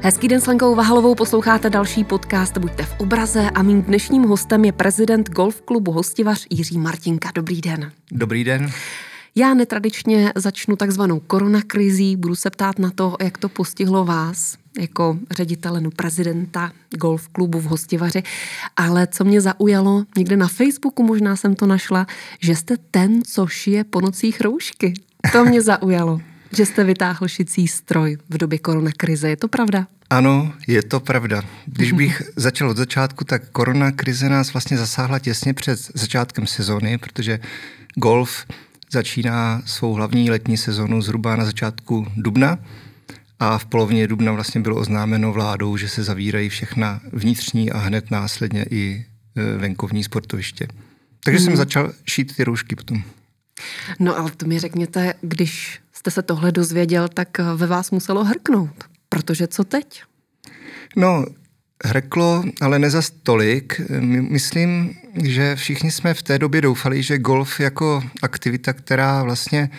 Hezký den s Lenkou Vahalovou, posloucháte další podcast Buďte v obraze a mým dnešním hostem je prezident Golf klubu Hostivař Jiří Martinka. Dobrý den. Dobrý den. Já netradičně začnu takzvanou koronakrizí, budu se ptát na to, jak to postihlo vás jako ředitele, prezidenta Golf klubu v Hostivaři, ale co mě zaujalo, někde na Facebooku možná jsem to našla, že jste ten, co šije po nocích roušky. To mě zaujalo, že jste vytáhl šicí stroj v době koronakrize. Je to pravda? Ano, je to pravda. Když bych začal od začátku, tak koronakrize nás vlastně zasáhla těsně před začátkem sezóny, protože golf začíná svou hlavní letní sezonu zhruba na začátku dubna a v polovině dubna vlastně bylo oznámeno vládou, že se zavírají všechna vnitřní a hned následně i venkovní sportoviště. Takže jsem začal šít ty roušky potom. No ale to mi řekněte, když jste se tohle dozvěděl, tak ve vás muselo hrknout, protože co teď? No, hrklo, ale ne zas tolik. Myslím, že všichni jsme v té době doufali, že golf jako aktivita, která vlastně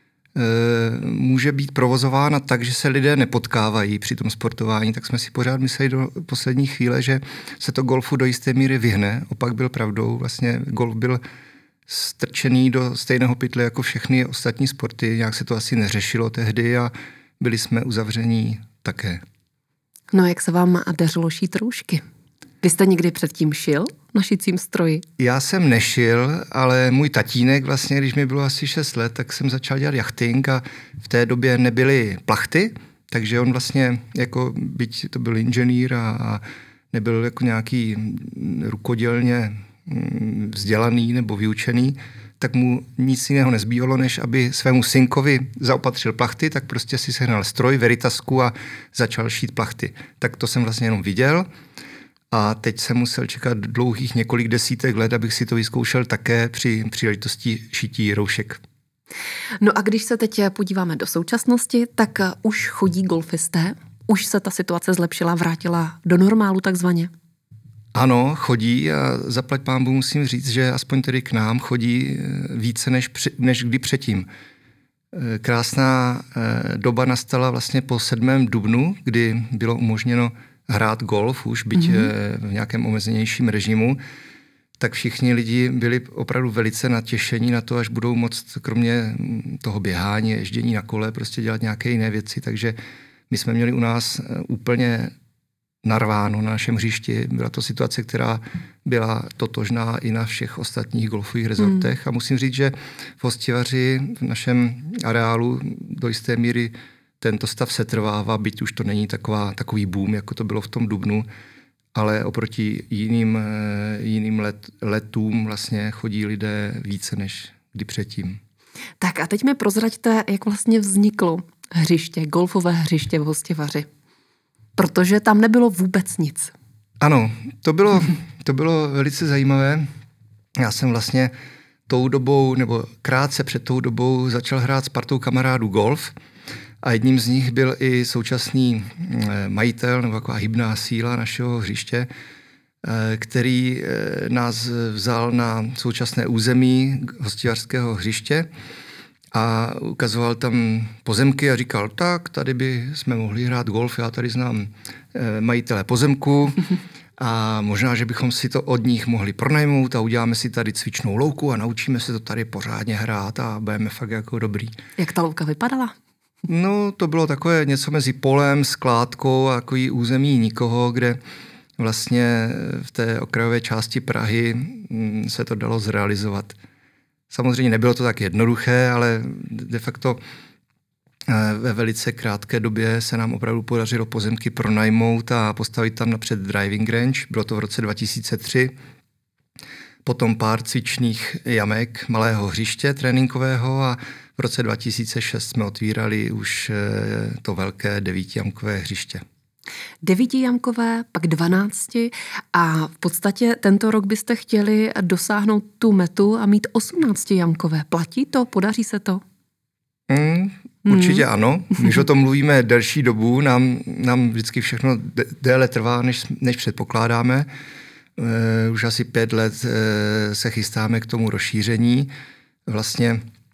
může být provozována tak, že se lidé nepotkávají při tom sportování, tak jsme si pořád mysleli do poslední chvíle, že se to golfu do jisté míry vyhne. Opak byl pravdou. Vlastně golf byl strčený do stejného pytle jako všechny ostatní sporty. Nějak se to asi neřešilo tehdy a byli jsme uzavření také. No, jak se vám dařilo šít roušky? Vy jste někdy předtím šil na šicím stroji? Já jsem nešil, ale můj tatínek vlastně, když mi bylo asi 6 let, tak jsem začal dělat jachting a v té době nebyly plachty, takže on vlastně, jako byť to byl inženýr a nebyl jako nějaký rukodělně vzdělaný nebo vyučený, tak mu nic jiného nezbývalo, než aby svému synkovi zaopatřil plachty, tak prostě si sehnal stroj, Veritasku a začal šít plachty. Tak to jsem vlastně jenom viděl a teď jsem musel čekat dlouhých několik desítek let, abych si to vyzkoušel také při příležitosti šití roušek. No a když se teď podíváme do současnosti, tak už chodí golfisté? Už se ta situace zlepšila, vrátila do normálu takzvaně? Ano, chodí a zaplať pánbůh musím říct, že aspoň tedy k nám chodí více než kdy předtím. Krásná doba nastala vlastně po 7. dubnu, kdy bylo umožněno hrát golf, už byť v nějakém omezenějším režimu, tak všichni lidi byli opravdu velice natěšení na to, až budou moct kromě toho běhání, ježdění na kole, prostě dělat nějaké jiné věci, takže my jsme měli u nás úplně narváno na našem hřišti. Byla to situace, která byla totožná i na všech ostatních golfových rezortech. A musím říct, že v Hostivaři, v našem areálu do jisté míry tento stav se trvává, byť už to není takový boom, jako to bylo v tom dubnu, ale oproti jiným letům vlastně chodí lidé více než kdy předtím. Tak a teď mi prozraďte, jak vlastně vzniklo hřiště, golfové hřiště v Hostivaři. Protože tam nebylo vůbec nic. Ano, to bylo velice zajímavé. Já jsem vlastně tou dobou, nebo krátce před tou dobou začal hrát s partou kamarádů golf a jedním z nich byl i současný majitel, nebo taková hybná síla našeho hřiště, který nás vzal na současné území hostivařského hřiště a ukazoval tam pozemky a říkal, tak tady by jsme mohli hrát golf, já tady znám majitele pozemku a možná, že bychom si to od nich mohli pronajmout a uděláme si tady cvičnou louku a naučíme se to tady pořádně hrát a budeme fakt jako dobrý. Jak ta louka vypadala? No, to bylo takové něco mezi polem, skládkou a takový území nikoho, kde vlastně v té okrajové části Prahy se to dalo zrealizovat. Samozřejmě nebylo to tak jednoduché, ale de facto ve velice krátké době se nám opravdu podařilo pozemky pronajmout a postavit tam napřed driving range. Bylo to v roce 2003. Potom pár cvičných jamek, malého hřiště tréninkového a v roce 2006 jsme otvírali už to velké 9jamkové hřiště. 9jamkové, pak 12 a v podstatě tento rok byste chtěli dosáhnout tu metu a mít 18jamkové. Platí to? Podaří se to? Určitě ano. Když o tom mluvíme delší dobu, nám vždycky všechno déle trvá, než předpokládáme. Už asi 5 let se chystáme k tomu rozšíření. Vlastně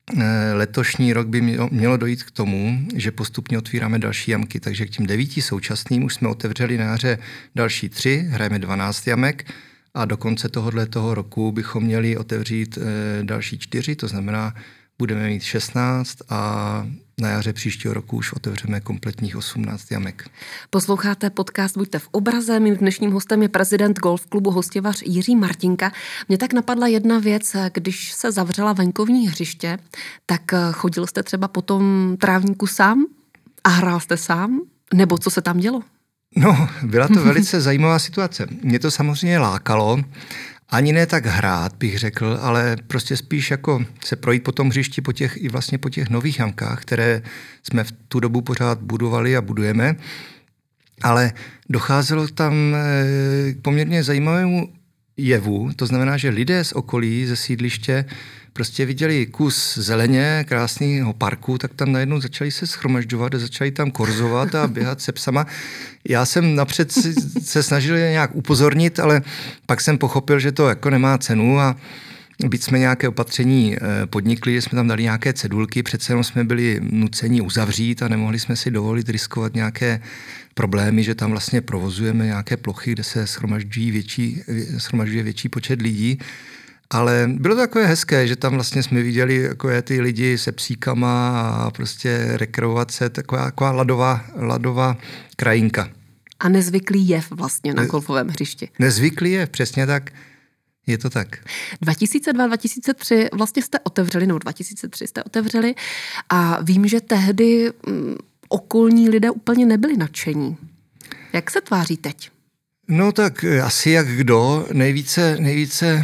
letošní rok by mělo dojít k tomu, že postupně otvíráme další jamky, takže k těm 9 současným už jsme otevřeli na jaře další 3, hrajeme 12 jamek a do konce tohoto roku bychom měli otevřít další 4, to znamená, budeme mít 16 a na jaře příštího roku už otevřeme kompletních 18 jamek. Posloucháte podcast Buďte v obraze. Mým dnešním hostem je prezident golf klubu Hostivař Jiří Martinka. Mně tak napadla jedna věc, když se zavřela venkovní hřiště, tak chodil jste třeba po tom trávníku sám a hrál jste sám? Nebo co se tam dělo? No, byla to velice zajímavá situace. Mě to samozřejmě lákalo, ani ne tak hrát, bych řekl, ale prostě spíš jako se projít po tom hřišti, po těch nových jamkách, které jsme v tu dobu pořád budovali a budujeme. Ale docházelo tam k poměrně zajímavému jevu, to znamená, že lidé z okolí, ze sídliště, prostě viděli kus zeleně, krásného parku, tak tam najednou začali se shromažďovat a začali tam korzovat a běhat se psama. Já jsem napřed se snažil nějak upozornit, ale pak jsem pochopil, že to jako nemá cenu a byť jsme nějaké opatření podnikli, že jsme tam dali nějaké cedulky, přece jenom jsme byli nuceni uzavřít a nemohli jsme si dovolit riskovat nějaké problémy, že tam vlastně provozujeme nějaké plochy, kde se shromažďuje větší počet lidí. Ale bylo to takové hezké, že tam vlastně jsme viděli jako ty lidi se psíkama a prostě rekreovat se, taková ladová krajinka. A nezvyklý jev vlastně na golfovém hřišti. Nezvyklý jev, přesně tak. Je to tak. 2002-2003 vlastně jste otevřeli, nebo 2003 jste otevřeli a vím, že tehdy okolní lidé úplně nebyli nadšení. Jak se tváří teď? No tak asi jak kdo. Nejvíce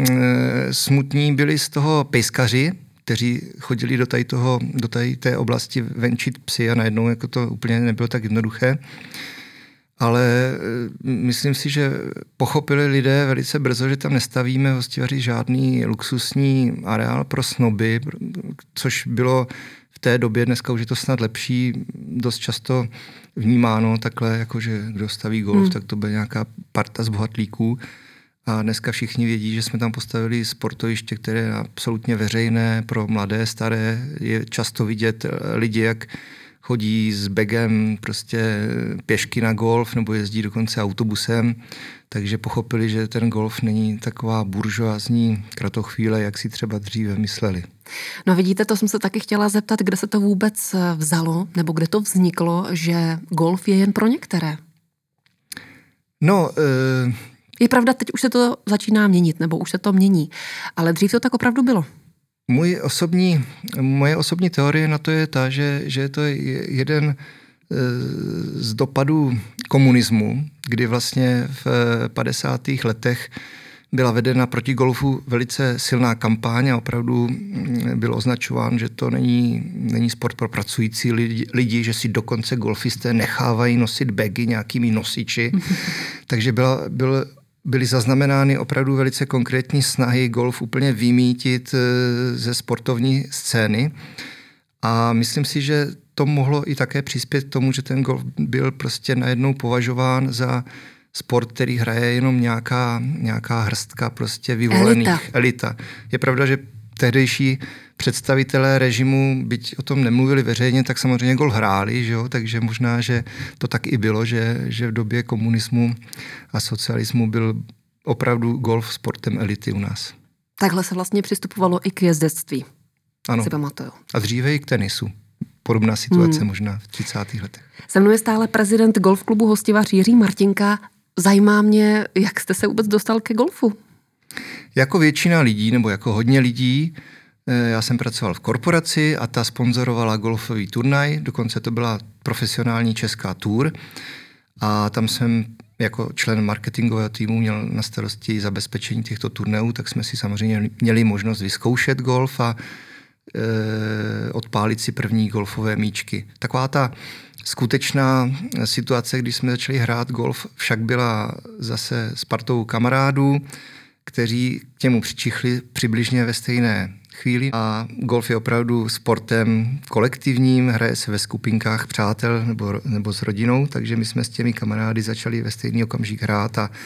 smutní byli z toho pejskaři, kteří chodili do tady té oblasti venčit psy a najednou jako to úplně nebylo tak jednoduché. Ale myslím si, že pochopili lidé velice brzo, že tam nestavíme Hostivaři žádný luxusní areál pro snoby, což bylo v té době, dneska už je to snad lepší, dost často vnímáno takhle, jakože kdo staví golf, tak to bude nějaká parta z bohatlíků. A dneska všichni vědí, že jsme tam postavili sportoviště, které je absolutně veřejné pro mladé, staré. Je často vidět lidi, jak chodí s bagem prostě pěšky na golf nebo jezdí dokonce autobusem, takže pochopili, že ten golf není taková buržoázní kratochvíle, jak si třeba dříve mysleli. No vidíte, to jsem se taky chtěla zeptat, kde se to vůbec vzalo, nebo kde to vzniklo, že golf je jen pro některé? No, je pravda, teď už se to začíná měnit, nebo už se to mění, ale dřív to tak opravdu bylo. Moje osobní teorie na to je ta, že to je jeden z dopadů komunismu, kdy vlastně v 50. letech byla vedena proti golfu velice silná kampaň a opravdu byl označován, že to není sport pro pracující lidi, že si dokonce golfisté nechávají nosit bagy nějakými nosiči. Takže byly zaznamenány opravdu velice konkrétní snahy golf úplně vymítit ze sportovní scény. A myslím si, že to mohlo i také přispět k tomu, že ten golf byl prostě najednou považován za sport, který hraje jenom nějaká hrstka prostě vyvolených. Elita. Je pravda, že tehdejší představitelé režimu, byť o tom nemluvili veřejně, tak samozřejmě golf hráli, že jo? Takže možná, že to tak i bylo, že v době komunismu a socialismu byl opravdu golf sportem elity u nás. Takhle se vlastně přistupovalo i k jezdectví. Ano. Si pamatuju. A dříve i k tenisu. Podobná situace možná v 30. letech. Se mnou je stále prezident golf klubu Hostivař Jiří Martinka. Zajímá mě, jak jste se vůbec dostal ke golfu? Jako většina lidí, nebo jako hodně lidí, já jsem pracoval v korporaci a ta sponzorovala golfový turnaj, dokonce to byla profesionální česká tour a tam jsem jako člen marketingového týmu měl na starosti zabezpečení těchto turnajů, tak jsme si samozřejmě měli možnost vyzkoušet golf a odpálit si první golfové míčky. Taková ta skutečná situace, když jsme začali hrát golf, však byla zase s partou kamarádů, kteří k němu přičichli přibližně ve stejné chvíli. A golf je opravdu sportem kolektivním, hraje se ve skupinkách přátel nebo s rodinou, takže my jsme s těmi kamarády začali ve stejný okamžik hrát a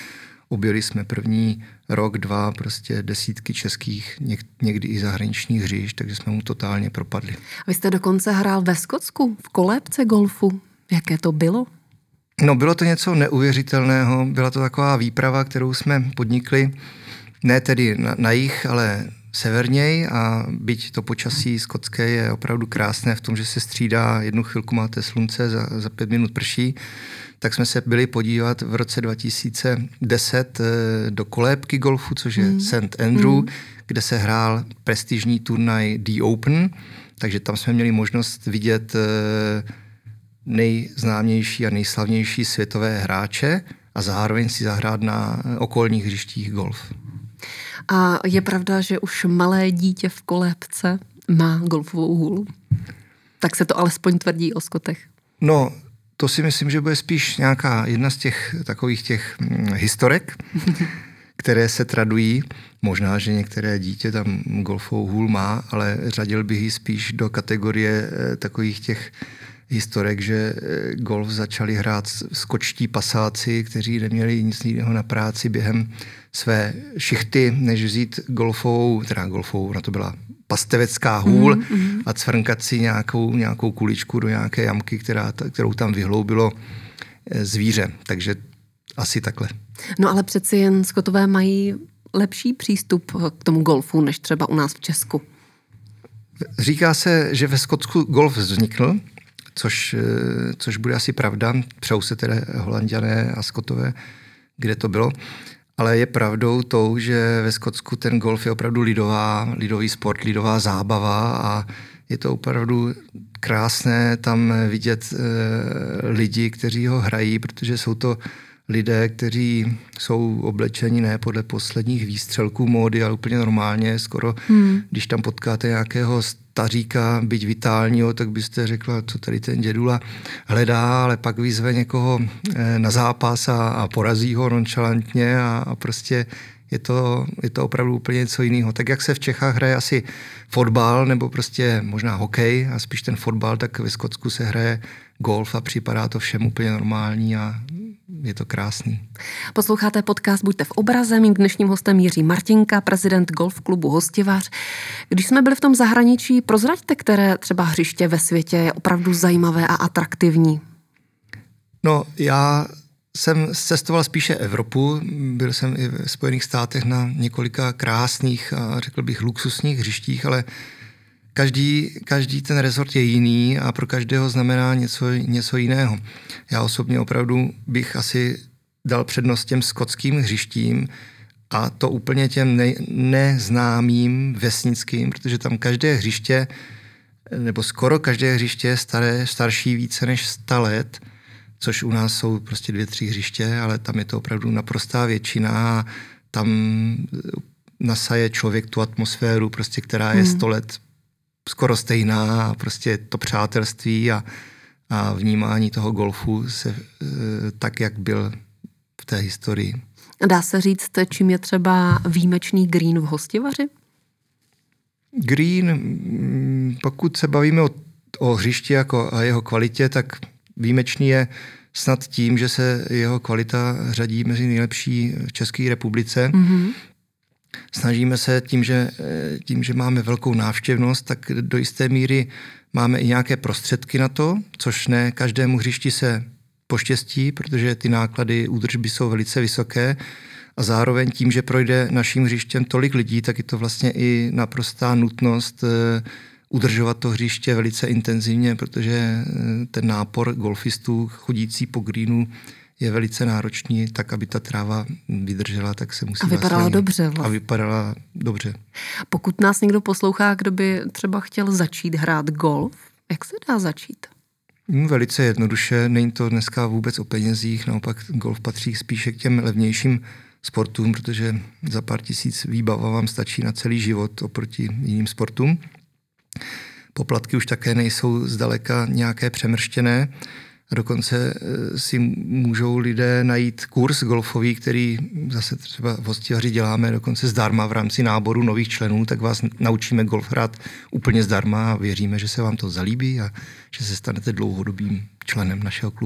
Objeli jsme první rok, dva, prostě desítky českých, někdy i zahraničních hřišť, takže jsme mu totálně propadli. Vy jste dokonce hrál ve Skotsku, v kolébce golfu. Jaké to bylo? No, bylo to něco neuvěřitelného. Byla to taková výprava, kterou jsme podnikli, ne tedy na jih, ale severněji, a byť to počasí skotské je opravdu krásné v tom, že se střídá, jednu chvilku máte slunce, za 5 minut prší, tak jsme se byli podívat v roce 2010 do kolébky golfu, což je St. Andrew, kde se hrál prestižní turnaj The Open, takže tam jsme měli možnost vidět nejznámější a nejslavnější světové hráče a zároveň si zahrát na okolních hřištích golf. A je pravda, že už malé dítě v kolébce má golfovou hůlu? Tak se to alespoň tvrdí o Skotech. No, to si myslím, že bude spíš nějaká jedna z těch takových těch historek, které se tradují. Možná, že některé dítě tam golfovou hůl má, ale řadil bych ji spíš do kategorie takových těch historek, že golf začali hrát skočtí pasáci, kteří neměli nic jiného na práci během své šichty, než vzít golfovou, na to byla pastevecká hůl a cvrnkat si nějakou kuličku do nějaké jamky, kterou tam vyhloubilo zvíře. Takže asi takhle. No ale přeci jen Skotové mají lepší přístup k tomu golfu, než třeba u nás v Česku. Říká se, že ve Skotsku golf vznikl, což bude asi pravda. Přejou se tedy Holanďané a Skotové, kde to bylo. Ale je pravdou tou, že ve Skotsku ten golf je opravdu lidový sport, lidová zábava a je to opravdu krásné tam vidět lidi, kteří ho hrají, protože jsou to lidé, kteří jsou oblečeni ne podle posledních výstřelků módy, ale úplně normálně. Skoro, když tam potkáte nějakého staříka, byť vitálního, tak byste řekla, co tady ten dědula hledá, ale pak vyzve někoho na zápas a porazí ho nonchalantně a prostě je to opravdu úplně něco jiného. Tak jak se v Čechách hraje asi fotbal nebo prostě možná hokej a spíš ten fotbal, tak ve Skotsku se hraje golf a připadá to všem úplně normální a je to krásný. Posloucháte podcast Buďte v obraze. Mým dnešním hostem Jiří Martinka, prezident golf klubu Hostivař. Když jsme byli v tom zahraničí, prozraďte, které třeba hřiště ve světě je opravdu zajímavé a atraktivní. No, já jsem cestoval spíše Evropu, byl jsem i ve Spojených státech na několika krásných a řekl bych luxusních hřištích, ale každý ten rezort je jiný a pro každého znamená něco jiného. Já osobně opravdu bych asi dal přednost těm skotským hřištím a to úplně těm neznámým vesnickým, protože tam každé hřiště, nebo skoro každé hřiště je starší více než 100 let, což u nás jsou prostě 2-3 hřiště, ale tam je to opravdu naprostá většina. Tam nasaje člověk tu atmosféru, prostě, která je 100 let skoro stejná a prostě to přátelství a vnímání toho golfu se tak, jak byl v té historii. Dá se říct, čím je třeba výjimečný green v Hostivaři? Green, pokud se bavíme o hřišti jako a jeho kvalitě, tak výjimečný je snad tím, že se jeho kvalita řadí mezi nejlepší v České republice. Snažíme se tím, že máme velkou návštěvnost, tak do jisté míry máme i nějaké prostředky na to, což ne každému hřišti se poštěstí, protože ty náklady údržby jsou velice vysoké a zároveň tím, že projde naším hřištěm tolik lidí, tak je to vlastně i naprostá nutnost udržovat to hřiště velice intenzivně, protože ten nápor golfistů chodící po greenu je velice náročný, tak aby ta tráva vydržela, tak se musí... A vypadala dobře. A vypadala dobře. Pokud nás někdo poslouchá, kdo by třeba chtěl začít hrát golf, jak se dá začít? Velice jednoduše, není to dneska vůbec o penězích, naopak golf patří spíše k těm levnějším sportům, protože za pár tisíc výbava vám stačí na celý život oproti jiným sportům. Poplatky už také nejsou zdaleka nějaké přemrštěné. Dokonce si můžou lidé najít kurz golfový, který zase třeba v Hostivaři děláme dokonce zdarma v rámci náboru nových členů, tak vás naučíme golf hrát úplně zdarma a věříme, že se vám to zalíbí a že se stanete dlouhodobým členem našeho klubu.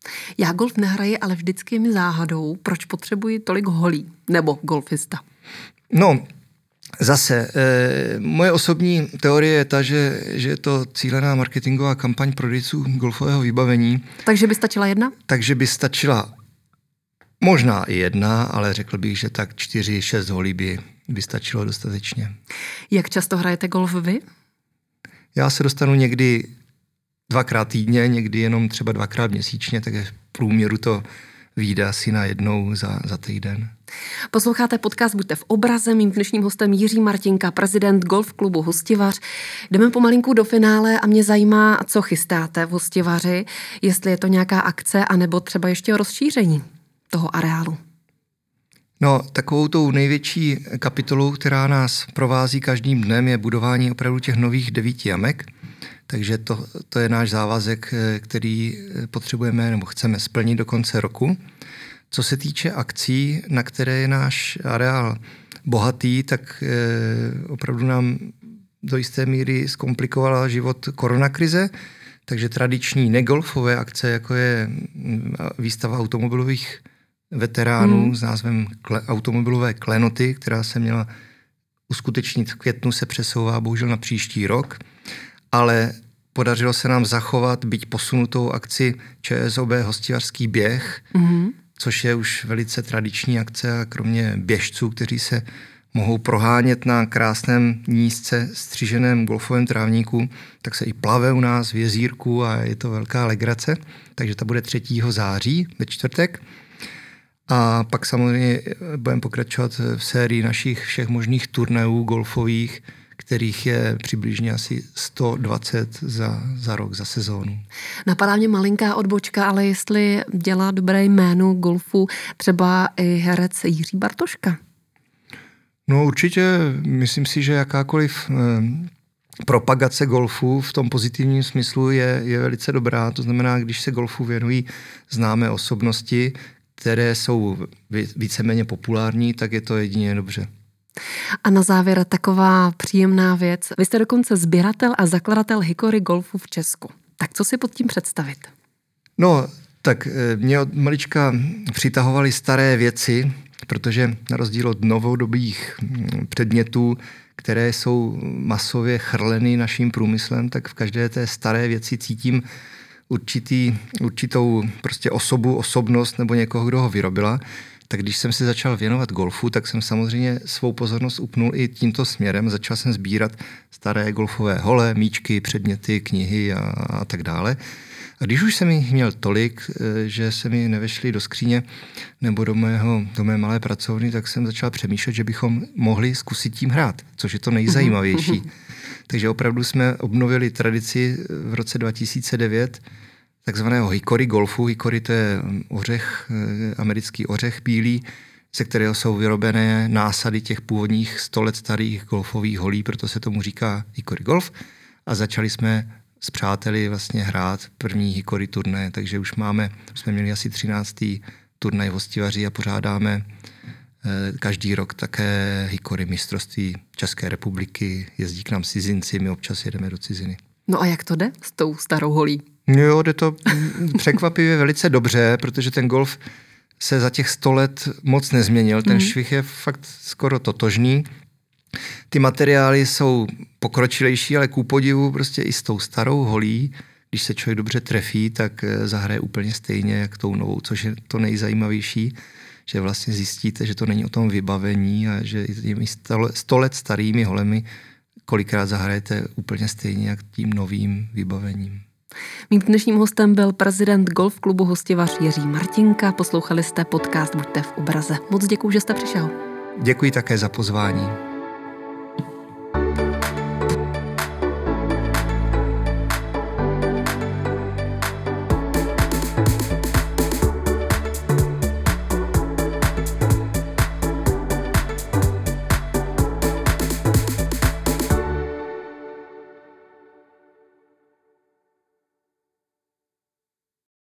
Já golf nehraji, ale vždycky je mi záhadou, proč potřebuji tolik holí, nebo golfista. No, zase, moje osobní teorie je ta, že je to cílená marketingová kampaň prodejců golfového vybavení. Takže by stačila jedna? Takže by stačila možná i jedna, ale řekl bych, že tak 4-6 holí by stačilo dostatečně. Jak často hrajete golf vy? Já se dostanu někdy 2x týdně, někdy jenom třeba 2x měsíčně, takže v průměru to vyjde asi na jednou za týden. Posloucháte podcast Buďte v obraze. Mým dnešním hostem Jiří Martinka, prezident golf klubu Hostivař. Jdeme pomalinku do finále a mě zajímá, co chystáte v Hostivaři, jestli je to nějaká akce, anebo třeba ještě rozšíření toho areálu. No, takovou tou největší kapitolou, která nás provází každým dnem, je budování opravdu těch nových 9 jamek. Takže to je náš závazek, který potřebujeme nebo chceme splnit do konce roku. Co se týče akcí, na které je náš areál bohatý, tak opravdu nám do jisté míry zkomplikovala život koronakrize, takže tradiční negolfové akce, jako je výstava automobilových veteránů s názvem Automobilové klenoty, která se měla uskutečnit v květnu, se přesouvá bohužel na příští rok, ale podařilo se nám zachovat, byť posunutou akci ČSOB Hostivařský běh, což je už velice tradiční akce a kromě běžců, kteří se mohou prohánět na krásném nízce střiženém golfovém trávníku, tak se i plave u nás v jezírku a je to velká legrace, takže ta bude 3. září ve čtvrtek. A pak samozřejmě budeme pokračovat v sérii našich všech možných turnajů golfových, kterých je přibližně asi 120 za rok, za sezónu. Napadá mě malinká odbočka, ale jestli dělá dobré jméno golfu třeba i herec Jiří Bartoška. No určitě, myslím si, že jakákoliv propagace golfu v tom pozitivním smyslu je velice dobrá. To znamená, když se golfu věnují známé osobnosti, které jsou víceméně populární, tak je to jedině dobře. A na závěr taková příjemná věc. Vy jste dokonce sběratel a zakladatel Hickory golfu v Česku. Tak co si pod tím představit? No, tak mě od malička přitahovaly staré věci, protože na rozdíl od novodobých předmětů, které jsou masově chrleny naším průmyslem, tak v každé té staré věci cítím určitou prostě osobnost nebo někoho, kdo ho vyrobila. Tak když jsem se začal věnovat golfu, tak jsem samozřejmě svou pozornost upnul i tímto směrem. Začal jsem sbírat staré golfové hole, míčky, předměty, knihy a tak dále. A když už jsem jich měl tolik, že se mi nevešly do skříně nebo do mé malé pracovny, tak jsem začal přemýšlet, že bychom mohli zkusit tím hrát, což je to nejzajímavější. Takže opravdu jsme obnovili tradici v roce 2009 takzvaného Hickory golfu. Hickory to je americký ořech bílý, ze kterého jsou vyrobené násady těch původních 100 let starých golfových holí, proto se tomu říká Hickory golf. A začali jsme s přáteli vlastně hrát první Hickory turné, takže už jsme měli asi 13. turnaj v Hostivaři a pořádáme každý rok také Hickory mistrovství České republiky, jezdí k nám cizinci, my občas jedeme do ciziny. No a jak to jde s tou starou holí? Jo, jde to překvapivě velice dobře, protože ten golf se za těch 100 let moc nezměnil, ten švih je fakt skoro totožný. Ty materiály jsou pokročilejší, ale ku podivu prostě i s tou starou holí, když se člověk dobře trefí, tak zahraje úplně stejně jak tou novou, což je to nejzajímavější, že vlastně zjistíte, že to není o tom vybavení a že těmi 100 let starými holemi kolikrát zahrajete úplně stejně jak tím novým vybavením. Mým dnešním hostem byl prezident golf klubu Hostivař Jiří Martinka. Poslouchali jste podcast Buďte v obraze. Moc děkuju, že jste přišel. Děkuji také za pozvání.